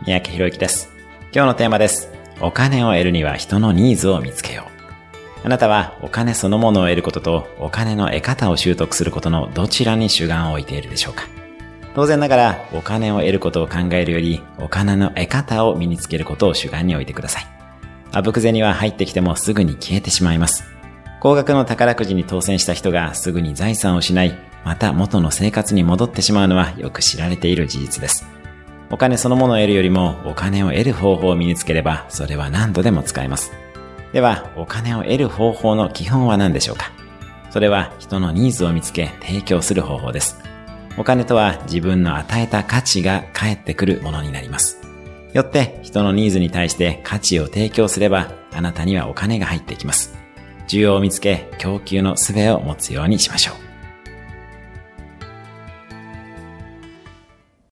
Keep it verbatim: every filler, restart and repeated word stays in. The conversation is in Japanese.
三宅博之です。今日のテーマです。お金を得るには人のニーズを見つけよう。あなたはお金そのものを得ることとお金の得方を習得することのどちらに主眼を置いているでしょうか。当然ながらお金を得ることを考えるよりお金の得方を身につけることを主眼に置いてください。あぶく銭は入ってきてもすぐに消えてしまいます。高額の宝くじに当選した人がすぐに財産を失い、また元の生活に戻ってしまうのはよく知られている事実です。お金そのものを得るよりもお金を得る方法を身につければそれは何度でも使えます。ではお金を得る方法の基本は何でしょうか。それは人のニーズを見つけ提供する方法です。お金とは自分の与えた価値が返ってくるものになります。よって人のニーズに対して価値を提供すればあなたにはお金が入ってきます。需要を見つけ供給の術を持つようにしましょう。